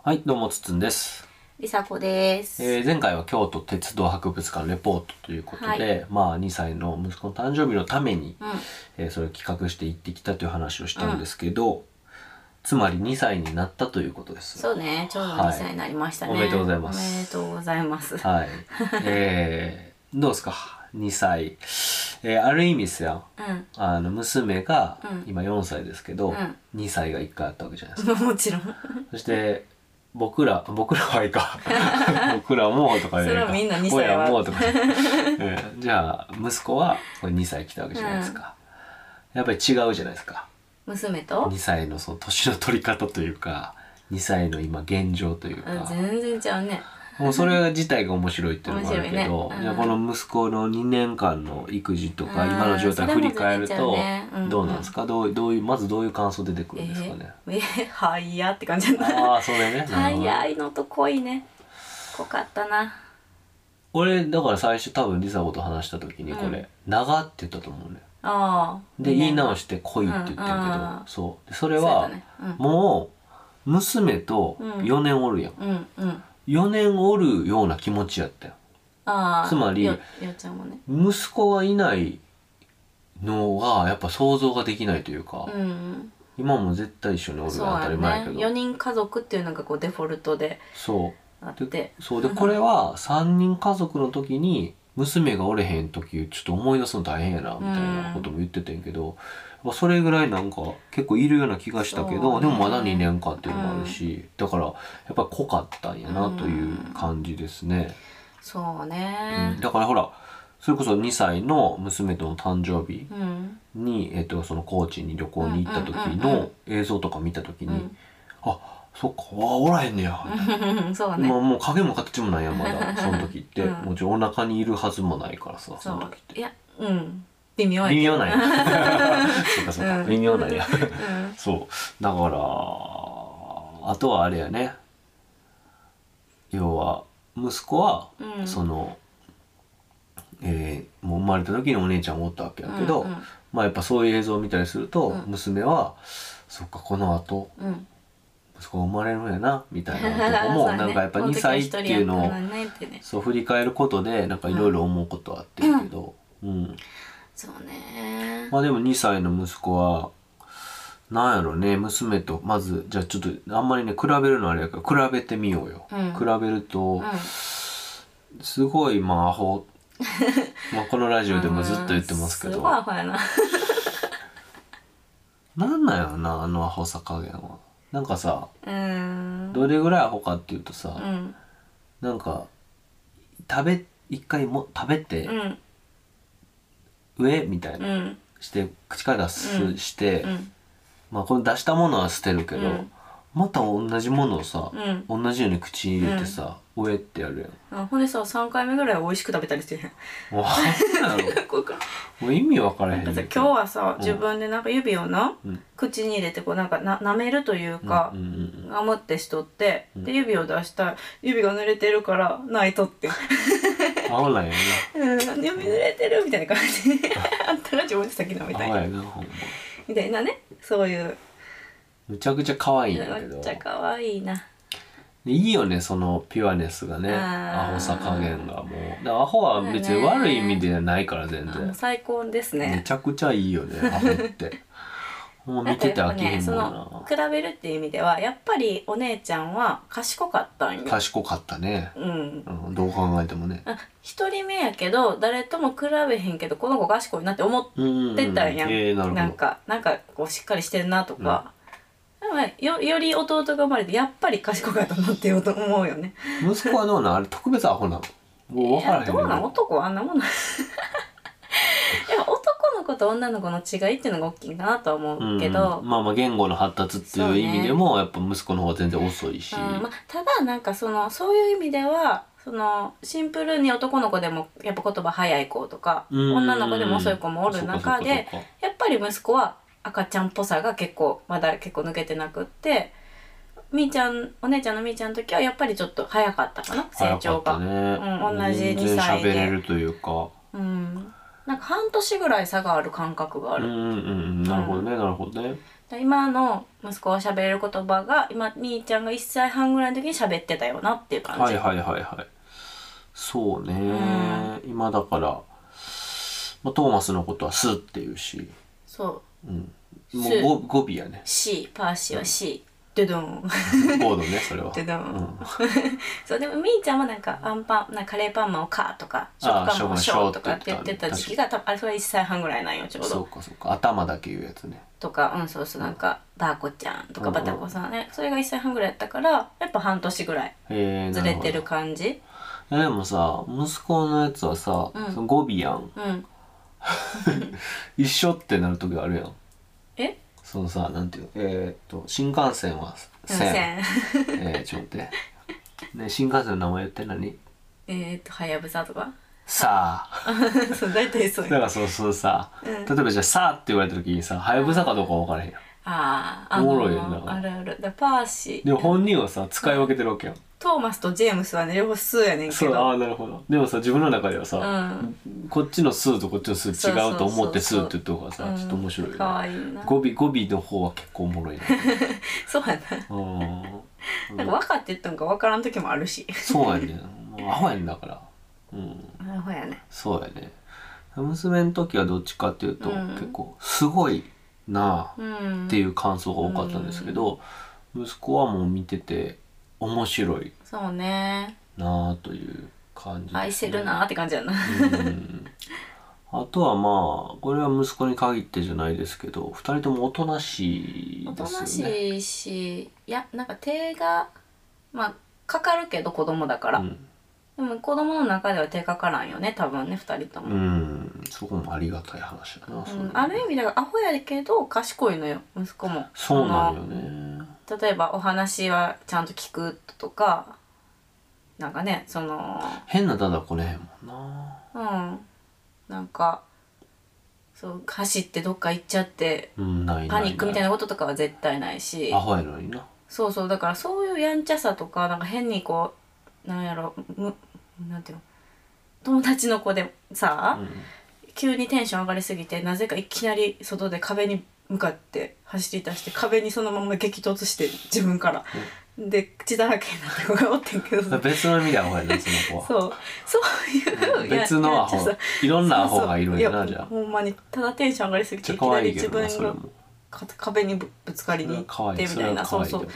はい、どうもつつんです。 りさこです。 前回は京都鉄道博物館レポートということで、2歳の息子の誕生日のために、それを企画して行ってきたという話をしたんですけど、つまり2歳になったということです。 そうね、ちょうど2歳になりましたね。 おめでとうございます。 おめでとうございます。 はい。どうですか2歳。ある意味ですよ。娘が今4歳ですけど、2歳が1回あったわけじゃないですか。 もちろん。 そして僕らはいいか僕らもとか言うか、 それはみんな2歳はもうとか、じゃあ息子はこれ2歳来たわけじゃないですか、やっぱり違うじゃないですか、 娘と 2歳のその年の取り方というか2歳の今現状というか、 全然ちゃうね。 もうそれ自体が面白いっていうのもあるけど、 面白いね。 じゃあこの息子の2年間の育児とか今の状態を振り返るとどうなんですか、まずどういう感想出てくるんですかね。 早って感じだな。 ああ、それね。 早いのと濃いね。濃かったな。 俺だから最初多分リサ子と話した時にこれ「長」って言ったと思うね。で言い直して「濃い」って言ってるけど、そうそれはもう娘と4年おるやん。4年おるような気持ちやったよ。つまり息子がいないのがやっぱ想像ができないというか、今も絶対一緒におるのは当たり前やけど、 4人家族っていうのがこうデフォルトでそうあって、 そうでこれは3人家族の時に娘がおれへん時ちょっと思い出すの大変やなみたいなことも言っててんけど、それぐらいなんか結構いるような気がしたけど、でもまだ2年間っていうのもあるし、だからやっぱり濃かったんやなという感じですね。 そうね、 だからほらそれこそ2歳の娘との誕生日に、その高知に旅行に行った時の映像とか見た時に、あ、そっか、おらへんねや。 そうね。 もう影も形もないやんまだその時って、もちろんお腹にいるはずもないからさ、その時って。 いや、微妙やけど。 微妙なんや。そうかそうか、微妙なんや。そうだからあとはあれやね。要は息子は、そのもう生まれた時にお姉ちゃんもおったわけやけど、まあやっぱそういう映像を見たりすると、娘はそっかこの後、息子が生まれるんやなみたいなとこもなんかやっぱ2歳っていうのをそう振り返ることでなんかいろいろ思うことはあってるけど、 そうね。 まあでも2歳の息子はなんやろね、娘とまずじゃあちょっとあんまりね比べるのあれやから比べてみようよ。比べるとすごいアホこのラジオでもずっと言ってますけど、 すごいアホやな。 なんなんやろな、あのアホさ加減は。なんかさ、どれぐらいアホかっていうとさ、なんか一回も食べて、上みたいな、して口から出す、して、この出したものは捨てるけど、また同じものをさ、同じように口に入れてさ、上ってやるやん。 ほんでさ、3回目ぐらい美味しく食べたりしてへん。 もう意味分からへんねんけど。 今日はさ、自分でなんか指をな、口に入れてこうなんか舐めるというか、ガムってしとって、で指を出した指が濡れてるから泣いとって。 青なんやな。指濡れてるみたいな感じ。あんたが自分で先飲みたいな。みたいなね、そういう。 むちゃくちゃ可愛いんやけど。 めっちゃ可愛いな。 いいよね、そのピュアネスがね、アホさ加減がもう。アホは別に悪い意味ではないから全然。 最高ですね。 めちゃくちゃいいよね、アホって。もう見てて飽きへんもんな。 比べるっていう意味ではやっぱりお姉ちゃんは賢かったんよ。 賢かったね。どう考えてもね。 一人目やけど誰とも比べへんけどこの子賢いなって思ってたんやん。なんかこうしっかりしてんなとか。より弟が生まれてやっぱり賢かったなって思うよね。 息子はどうなん？あれ特別アホなの？もう分からへんねん。 どうなん？男はあんなもんなん。でも男の子と女の子の違いっていうのが大きいかなとは思うけど、 言語の発達っていう意味でもやっぱ息子の方が全然遅いし、 ただなんかそういう意味ではシンプルに男の子でもやっぱ言葉早い子とか女の子でも遅い子もおる中でやっぱり息子は赤ちゃんっぽさがまだ結構抜けてなくって、お姉ちゃんのみーちゃんの時はやっぱりちょっと早かったかな、成長が。同じ2歳で。 喋れるというか。 なんか半年ぐらい差がある感覚がある。 なるほどね、なるほどね。 今の息子が喋れる言葉が今みーちゃんが1歳半ぐらいの時に喋ってたよなっていう感じ。 はいはいはいはい。そうね、今だから、まあ、トーマスのことはスって言うし、 そう、 もう語尾やね。 C、パーシーは C、ドゥドンコードね、それは。 ドゥドン、そうでもみーちゃんはなんかアンパンなんかカレーパンマンをカーとか食パンマンをショーとかって言ってた時期があれそれ1歳半ぐらいなんよちょうど。 そうかそうか、頭だけ言うやつね。 とかそうそう、なんかバーコちゃんとかバタコさんね、それが1歳半ぐらいやったからやっぱ半年ぐらいずれてる感じ。 でもさ、息子のやつはさ、その語尾やん、一緒ってなる時あるやん。そのさ、なんていうの、新幹線は線ちょっと待って、ね、新幹線の名前言って何？ はやぶさとかさあそう大体そうだからそうさ、例えばじゃあさあって言われた時にさ、はやぶさかどうか分からへんやん。おもろいよな。 あるある。パーシーでも本人はさ使い分けてるわけやん。 トーマスとジェームスはね両方スーやねんけど。 そう、なるほど。でもさ自分の中ではさ、こっちのスーとこっちのスー違うと思ってスーって言った方がさ、ちょっと面白いよね。 かわいいな。 語尾の方は結構おもろいな。 そうやな。なんか分かって言ったんか分からん時もあるし。 そうやね。もうアホやんだから。 アホやね。 そうやね。娘の時はどっちかっていうと、結構すごいなあっていう感想が多かったんですけど、息子はもう見てて面白いそうねなあという感じですね。 愛せるなあって感じやな。 あとはまあこれは息子に限ってじゃないですけど、2人ともおとなしいですよね。 おとなしいし、いやなんか手がまあかかるけど子供だから、でも子供の中では手かからんよね多分ね2人とも。 そこもありがたい話だな。 ある意味だからアホやけど賢いのよ息子も。 そうなんよね。 例えばお話はちゃんと聞くとか、なんかねその変なダダこねへんもんな。なんかそう走ってどっか行っちゃって、パニックみたいなこととかは絶対ないし。 アホやのにな。 そうそう、だからそういうやんちゃさとかなんか変にこうなんやろなんていうの、友達の子でさ、急にテンション上がりすぎてなぜかいきなり外で壁に向かって走り出して壁にそのまま激突して自分から、で血だらけになった子がおってんけど、 別の意味でアホやねその子は。 そういう別のアホ、いろんなアホがいるんやな。じゃあほんまにただテンション上がりすぎていきなり自分が壁にぶつかりに行ってみたいな。そういう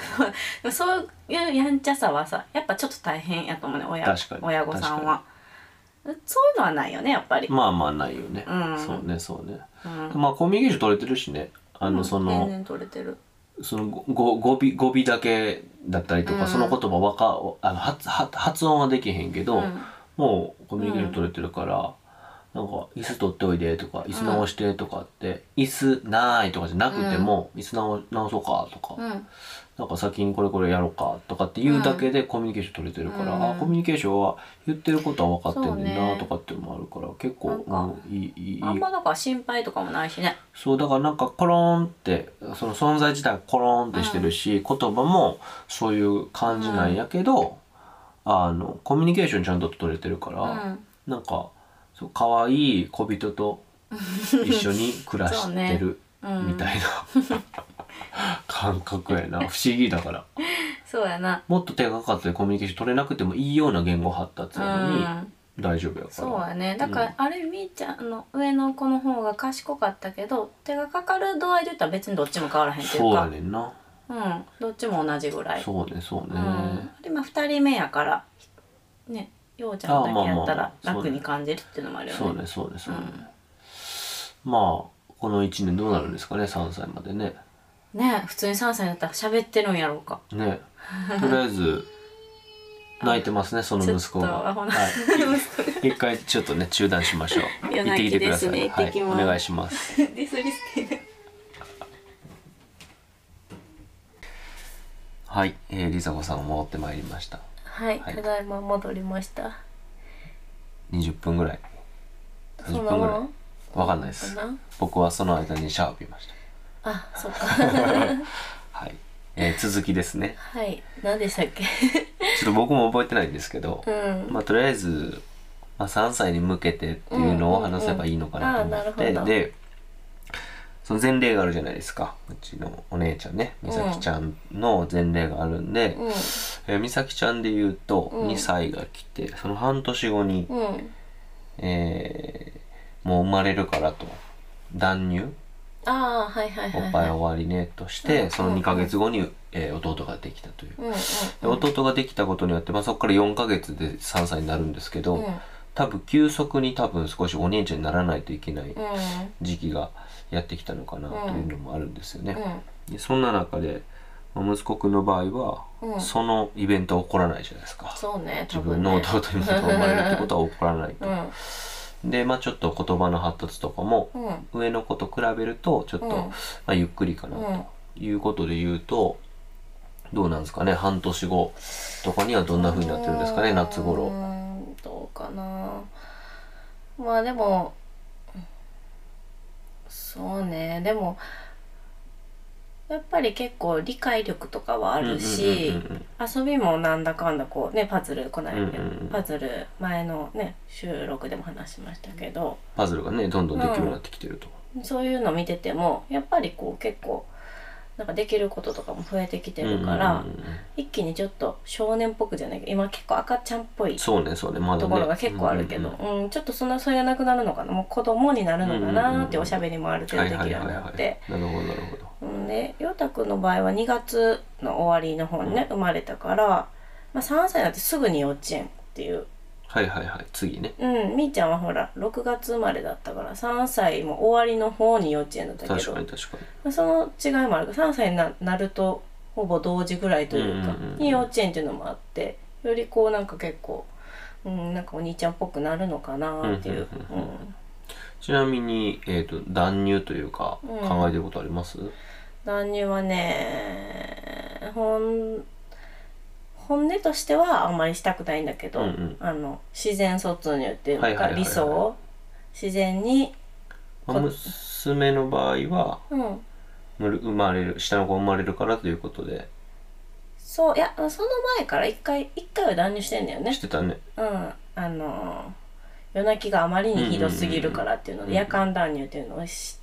やんちゃさはさやっぱちょっと大変やと思うね、親御さんは。そういうのはないよねやっぱり。 まあまあないよね。そうねそうね。まあコミュニケーション取れてるしね。その全然取れてる。 その語尾だけだったりとか、その言葉発音はできへんけど、もうコミュニケーション取れてるから、なんか椅子取っておいでとか椅子直してとかって、椅子ないとかじゃなくても、椅子直そうかとか、なんか先にこれやろうかとかって言うだけでコミュニケーション取れてるから、コミュニケーションは言ってることは分かってんねんなとかっていうのもあるから、結構いい。 あんまだから心配とかもないしね。 そうだからなんかコロンってその存在自体がコロンってしてるし、言葉もそういう感じなんやけど、コミュニケーションちゃんと取れてるから、なんか可愛い小人と一緒に暮らしてるみたいな感覚やな。不思議だから。 そうやな。 もっと手がかかってコミュニケーション取れなくてもいいような言語発達なのに大丈夫やから。 そうやね。だからあれみーちゃんの上の子の方が賢かったけど、手がかかる度合いで言ったら別にどっちも変わらへんっていうか。 そうやねんな。 どっちも同じぐらい。 そうねそうね。 でまあ2人目やからね、ようちゃんだけやったら楽に感じるっていうのもあるよね。 そうねそうねそうね。まあこの1年どうなるんですかね、3歳までね。 ね、普通に3歳だったら喋ってるんやろうかね。とりあえず泣いてますねその息子が。一回ちょっとね中断しましょう。行ってきてください。はい、お願いします。はい、りさこさん戻ってまいりました。 はい、ただいま戻りました。 20分ぐらい、30分ぐらいわかんないです。僕はその間にシャワー浴びました。 あ、そっか。 はい、続きですね。 はい、何でしたっけ。 ちょっと僕も覚えてないんですけど、まあとりあえず、3歳に向けてっていうのを話せばいいのかなと思って、でその前例があるじゃないですか。うちのお姉ちゃんね、美咲ちゃんの前例があるんで、美咲ちゃんで言うと2歳が来て、その半年後に、もう生まれるからと断乳、おっぱい終わりねとして、その2ヶ月後に、弟ができたという、で弟ができたことによって、そこから4ヶ月で3歳になるんですけど、多分急速に少しお姉ちゃんにならないといけない時期がやってきたのかなというのもあるんですよね。でそんな中で息子くんの場合は、そのイベントは起こらないじゃないですか。 そうね、 自分の弟に生まれるってことは起こらないと。でちょっと言葉の発達とかも、上の子と比べるとちょっと、ゆっくりかなということで言うと、どうなんですかね、半年後とかにはどんな風になってるんですかね、夏頃。 どうかな。でもそうね、でもやっぱり結構理解力とかはあるし、遊びもなんだかんだこうね、パズルこないで、パズル前のね収録でも話しましたけど、 パズルがねどんどんできるようになってきてると、 そういうの見ててもやっぱりこう結構なんかできることとかも増えてきてるから、一気にちょっと少年っぽくじゃないけど、今結構赤ちゃんっぽいところが結構あるけど、ちょっとそれがなくなるのかな、もう子供になるのかなっておしゃべりもある程度できるようになって、 なるほどなるほど。 で陽太くんの場合は2月の終わりの方にね、生まれたから、3歳になってすぐに幼稚園っていう。 次ね。 みーちゃんはほら6月生まれだったから3歳も終わりの方に幼稚園だったけど、 確かにその違いもあるから3歳になるとほぼ同時ぐらいというかに幼稚園っていうのもあって、よりこうなんか結構、なんかお兄ちゃんっぽくなるのかなっていう。 ちなみに、断乳というか考えてることあります？ 断乳はね、本音としてはあんまりしたくないんだけど、自然疎入っていうのが理想、自然に。 娘の場合は、下の子生まれるからということで。 そう、いやその前から一回は断乳してんだよね。 してたね。 夜泣きがあまりにひどすぎるからっていうので夜間断乳っていうのをして、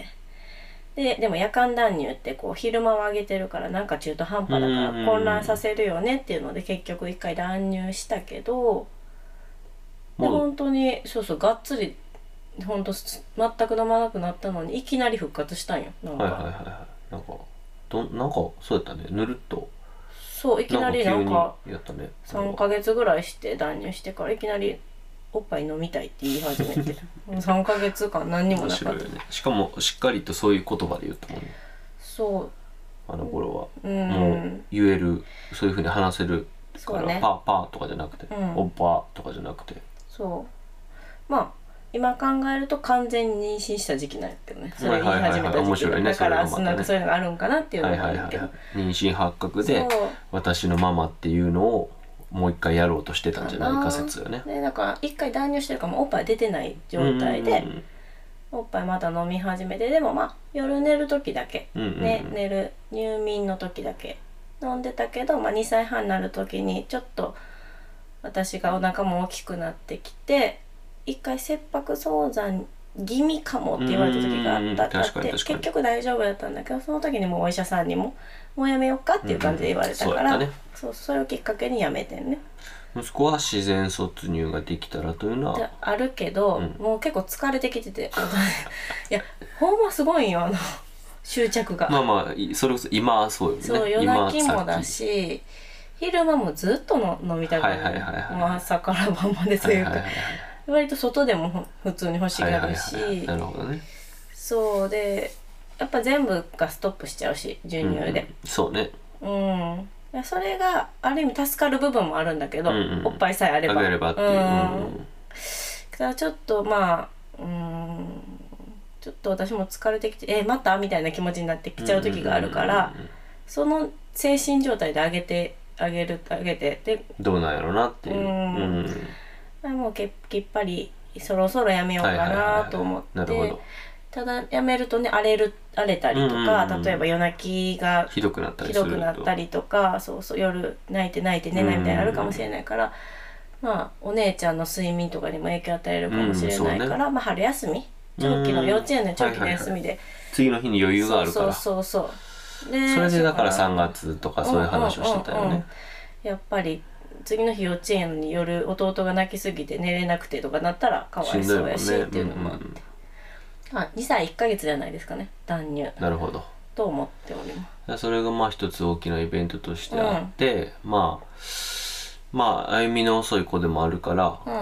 でも夜間断乳ってこう昼間はあげてるからなんか中途半端だから混乱させるよねっていうので結局一回断乳したけど、で本当にがっつり本当全く飲まなくなったのにいきなり復活したんよ。なんかそうやったね、ぬるっと。 そう、いきなりなんかやったね。 3ヶ月ぐらいして断乳してからいきなりおっぱい飲みたいって言い始めて3ヶ月間何にもなかった、 しかもしっかりとそういう言葉で言ったもんね。 そう、 あの頃は、もう言える、そういうふうに話せるから、パーパーとかじゃなくて、おっぱとかじゃなくて、 そう今考えると完全に妊娠した時期なんやけどね、それ言い始めた時期だからなんかそういうのがあるんかなっていうのがあるけど、 妊娠発覚で私のママっていうのをもう一回やろうとしてたんじゃないか説よね。 でだから一回断乳してるからもおっぱい出てない状態で、おっぱいまた飲み始めて、でも夜寝る時だけ、寝る入眠の時だけ飲んでたけど、2歳半になる時にちょっと私がお腹も大きくなってきて、一回切迫早産気味かもって言われた時があったって結局大丈夫だったんだけど、その時にもうお医者さんにもうやめようかっていう感じで言われたから、それをきっかけにやめてんね。 息子は自然卒乳ができたらというのはあるけど、もう結構疲れてきてていやほんますごいよ執着が。 それこそ今はそうよね。 そう、夜泣きもだし昼間もずっと飲みたくなる、朝から晩までというか、割と外でも普通に欲しがるし、 なるほどね。 そうでやっぱ全部がストップしちゃうし授乳で、 そうね。 それがある意味助かる部分もあるんだけど、おっぱいさえあればっていう、 だからちょっとちょっと私も疲れてきてまたみたいな気持ちになってきちゃう時があるから、その精神状態であげてでどうなんやろうなっていう、 もうきっぱりそろそろやめようかなと思って、ただやめるとね荒れたりとか、例えば夜泣きがひどくなったりとか、夜泣いて寝ないみたいになるかもしれないから、お姉ちゃんの睡眠とかにも影響与えるかもしれないから、春休み長期の幼稚園の長期の休みで次の日に余裕があるから。 そうそうそれでだから3月とかそういう話をしてたよね。 やっぱり次の日幼稚園に夜弟が泣きすぎて寝れなくてとかなったらかわいそうやしっていうのもあって、2歳1ヶ月じゃないですかね、断乳。 なるほど。 と思っております。それがまあ一つ大きなイベントとしてあって、まあ歩みの遅い子でもあるから、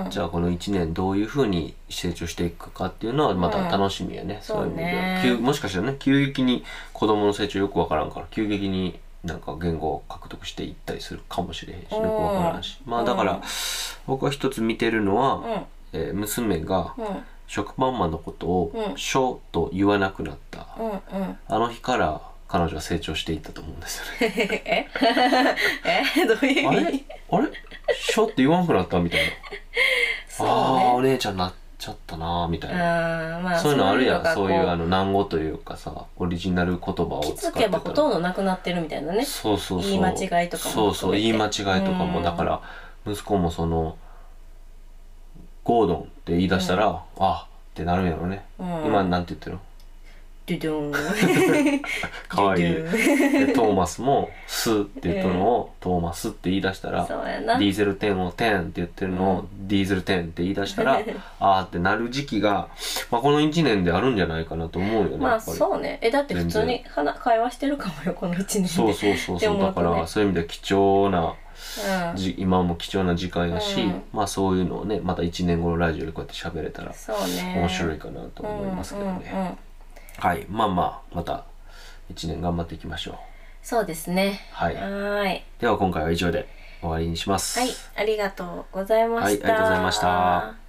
じゃあこの1年どういうふうに成長していくかっていうのはまた楽しみやね。そういう意味ではもしかしたらね、急激に子供の成長よくわからんから、急激になんか言語を獲得していったりするかもしれへんし、よくわからんし、まあだから僕は一つ見てるのは、娘が食パンマンのことを「しょ」と言わなくなった、あの日から彼女は成長していったと思うんですよね。 どういう意味？ あれしょって言わんくなったみたいな。お姉ちゃんになっちゃったなみたいな。そういうのあるやん。そういう難語というかさ、オリジナル言葉を使ってたら。 気づけばほとんどなくなってるみたいなね。 そう言い間違いとかも。 言い間違いとかも。だから息子もそのゴードンって言い出したら、あってなるんやろね。今なんて言ってるの？ ドゥドゥン。 かわいい。でトーマスもスって言ったのをトーマスって言い出したら、ディーゼル10を10って言ってるのをディーゼル10って言い出したら、あーってなる時期が、まあこの1年であるんじゃないかなと思うよね。 まあそうね。だって普通に会話してるかもよ、この1年で。 そう。だからそういう意味では貴重な、今も貴重な時間やし、まあそういうのをね、また1年後のラジオでこうやって喋れたら面白いかなと思いますけどね。はい、また1年頑張っていきましょう。 そうですね。 はい。では今回は以上で終わりにします。 はい、ありがとうございました。 はい、ありがとうございました。